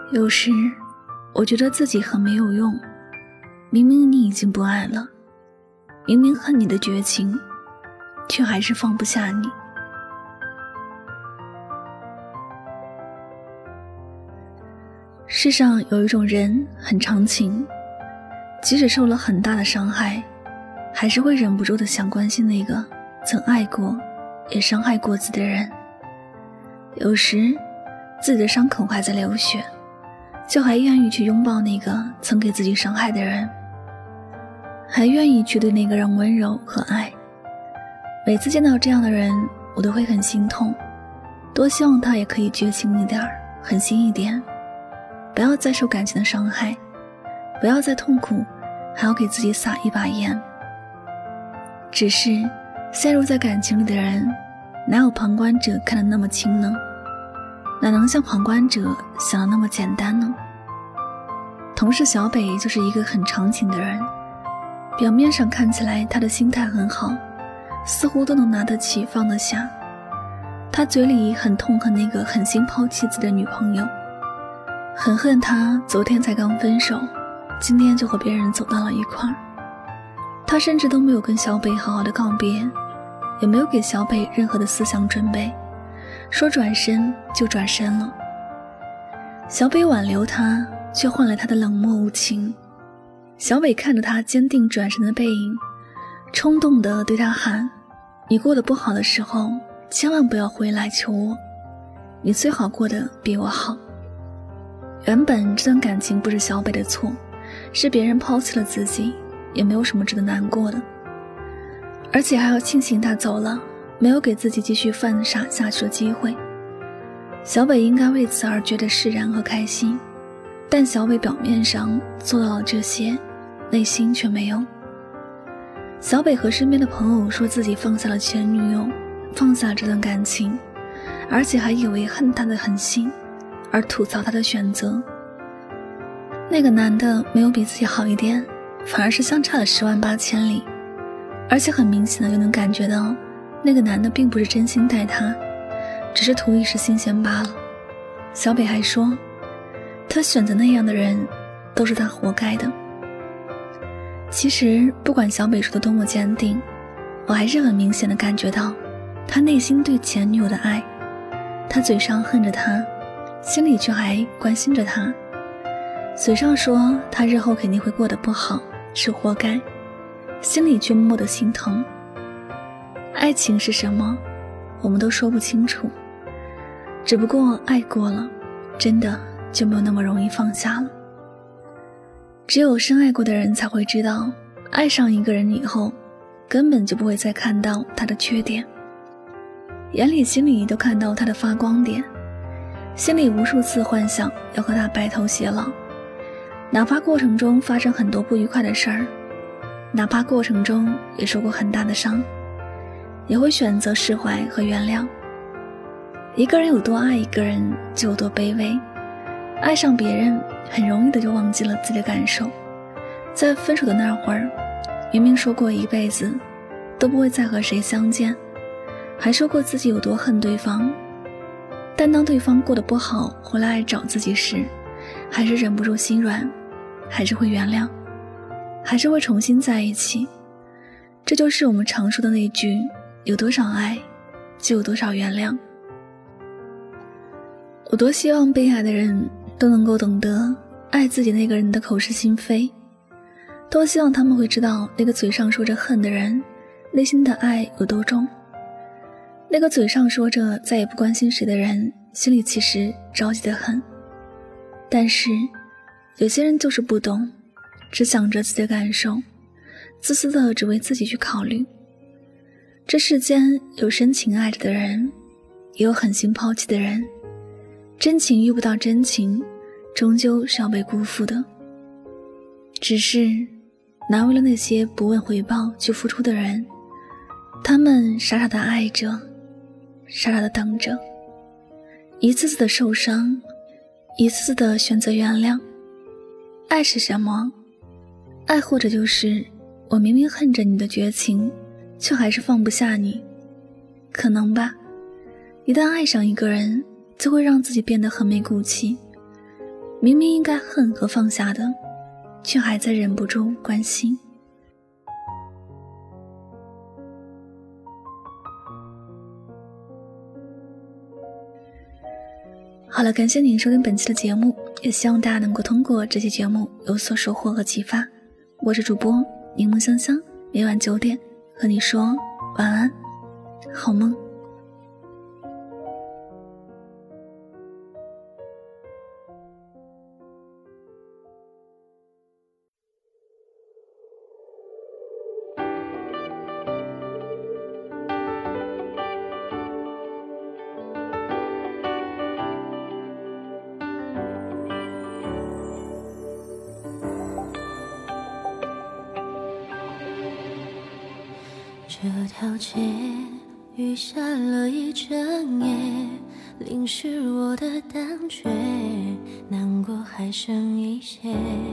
有时我觉得自己很没有用，明明你已经不爱了，明明恨你的绝情，却还是放不下你。世上有一种人很长情，即使受了很大的伤害，还是会忍不住的想关心那个曾爱过也伤害过自己的人。有时自己的伤口还在流血，就还愿意去拥抱那个曾给自己伤害的人，还愿意去对那个人温柔和爱。每次见到这样的人，我都会很心痛，多希望他也可以绝情一点，狠心一点，不要再受感情的伤害，不要再痛苦还要给自己撒一把盐。只是陷入在感情里的人，哪有旁观者看得那么清呢？哪能像旁观者想的那么简单呢？同事小北就是一个很长情的人，表面上看起来他的心态很好，似乎都能拿得起放得下。他嘴里很痛恨那个狠心抛弃自己的女朋友，很恨他昨天才刚分手，今天就和别人走到了一块儿。他甚至都没有跟小北好好的告别，也没有给小北任何的思想准备，说转身就转身了。小北挽留他，却换来他的冷漠无情。小北看着他坚定转身的背影，冲动地对他喊：你过得不好的时候，千万不要回来求我，你最好过得比我好。原本这段感情不是小北的错，是别人抛弃了自己，也没有什么值得难过的，而且还要庆幸他走了，没有给自己继续犯傻下去的机会。小北应该为此而觉得释然和开心，但小北表面上做到了这些，内心却没有。小北和身边的朋友说自己放下了前女友，放下了这段感情，而且还以为恨他的狠心，而吐槽他的选择。那个男的没有比自己好一点，反而是相差了10万8千里，而且很明显的就能感觉到那个男的并不是真心待他，只是图一时新鲜罢了。小北还说，他选择那样的人都是他活该的。其实不管小北说的多么坚定，我还是很明显的感觉到他内心对前女友的爱。他嘴上恨着他，心里却还关心着他，嘴上说他日后肯定会过得不好，是活该，心里却默默的心疼。爱情是什么，我们都说不清楚，只不过爱过了，真的就没有那么容易放下了。只有深爱过的人才会知道，爱上一个人以后，根本就不会再看到他的缺点，眼里心里都看到他的发光点，心里无数次幻想要和他白头偕老，哪怕过程中发生很多不愉快的事儿，哪怕过程中也受过很大的伤，也会选择释怀和原谅。一个人有多爱一个人就有多卑微，爱上别人很容易的就忘记了自己的感受。在分手的那会儿，明明说过一辈子都不会再和谁相见，还说过自己有多恨对方，但当对方过得不好回来找自己时，还是忍不住心软，还是会原谅，还是会重新在一起。这就是我们常说的那句，有多少爱就有多少原谅。我多希望被爱的人都能够懂得爱自己那个人的口是心非，多希望他们会知道那个嘴上说着恨的人内心的爱有多重，那个嘴上说着再也不关心谁的人心里其实着急得很。但是有些人就是不懂，只想着自己的感受，自私的只为自己去考虑。这世间有深情爱着的人，也有狠心抛弃的人，真情遇不到真情，终究是要被辜负的。只是难为了那些不问回报就付出的人，他们傻傻的爱着，傻傻的等着，一次次的受伤，一次次的选择原谅。爱是什么？爱或者就是我明明恨着你的绝情，却还是放不下你。可能吧，一旦爱上一个人，就会让自己变得很没骨气， 明明应该恨和放下的，却还在忍不住关心。好了，感谢您收听本期的节目，也希望大家能够通过这期节目有所收获和启发。我是主播柠檬香香，每晚9点和你说晚安，好梦。 这条街雨下了一整夜，淋湿我的胆怯，难过还剩一些。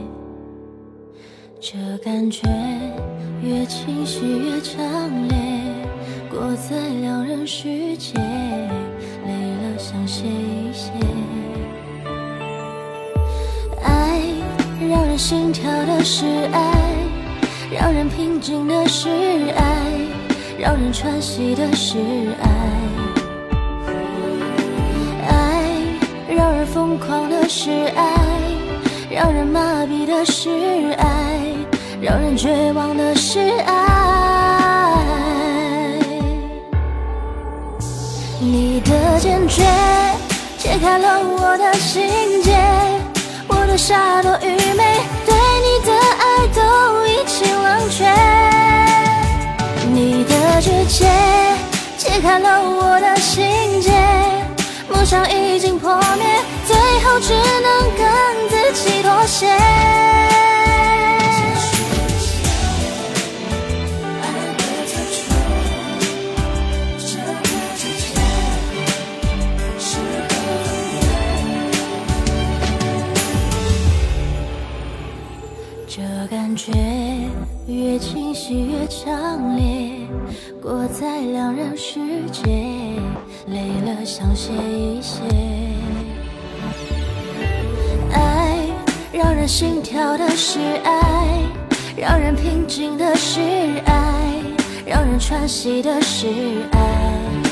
这感觉越清晰越强烈，过在两人世界，累了想歇一歇。爱让人心跳的是爱，让人平静的是爱，让人喘息的是爱。爱让人疯狂的是爱，让人麻痹的是爱，让人绝望的是爱。你的坚决解开了我的心结，我的傻多愚昧，对你的爱都已经冷却。你的直接解开了我的心结，梦想已经破灭，最后只能跟自己妥协。这感觉越清晰越强烈，过在两人世界，累了想歇一歇。爱让人心跳的是爱，让人平静的是爱，让人喘息的是爱。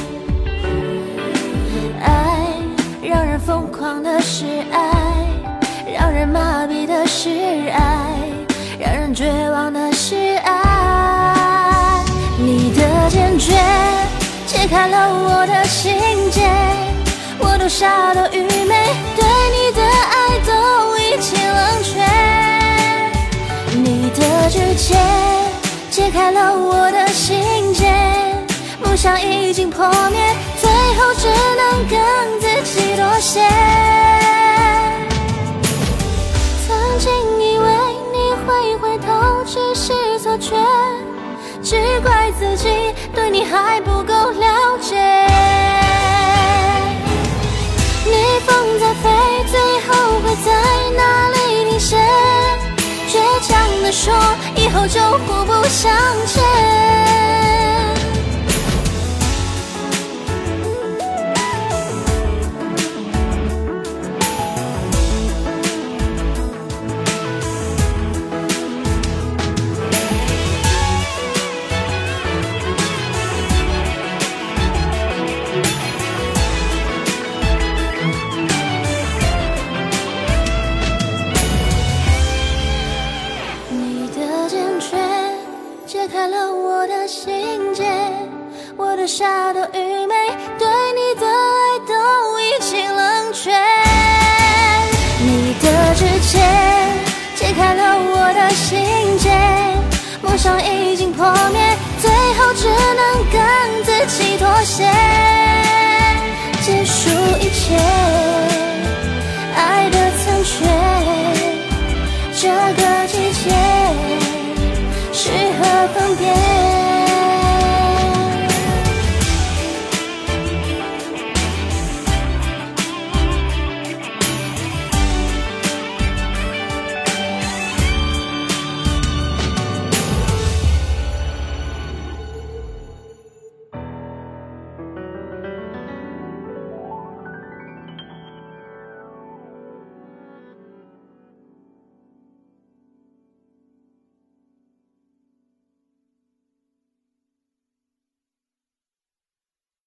爱让人疯狂的是爱，让人麻痹的是爱，让人绝望的是爱。你的坚决解开了我的心结，我都傻多愚昧，对你的爱都已经冷却。你的直接解开了我的心结，梦想已经破灭，最后只能跟自己妥协。曾经以为你会回头，只是错觉，只怪自己对你还不够了解。逆风在飞，最后会在哪里停歇？倔强地说，以后就互不相欠。解开了我的心结，我的傻多愚昧，对你的爱都已经冷却。你的直接解开了我的心结，梦想已经破灭，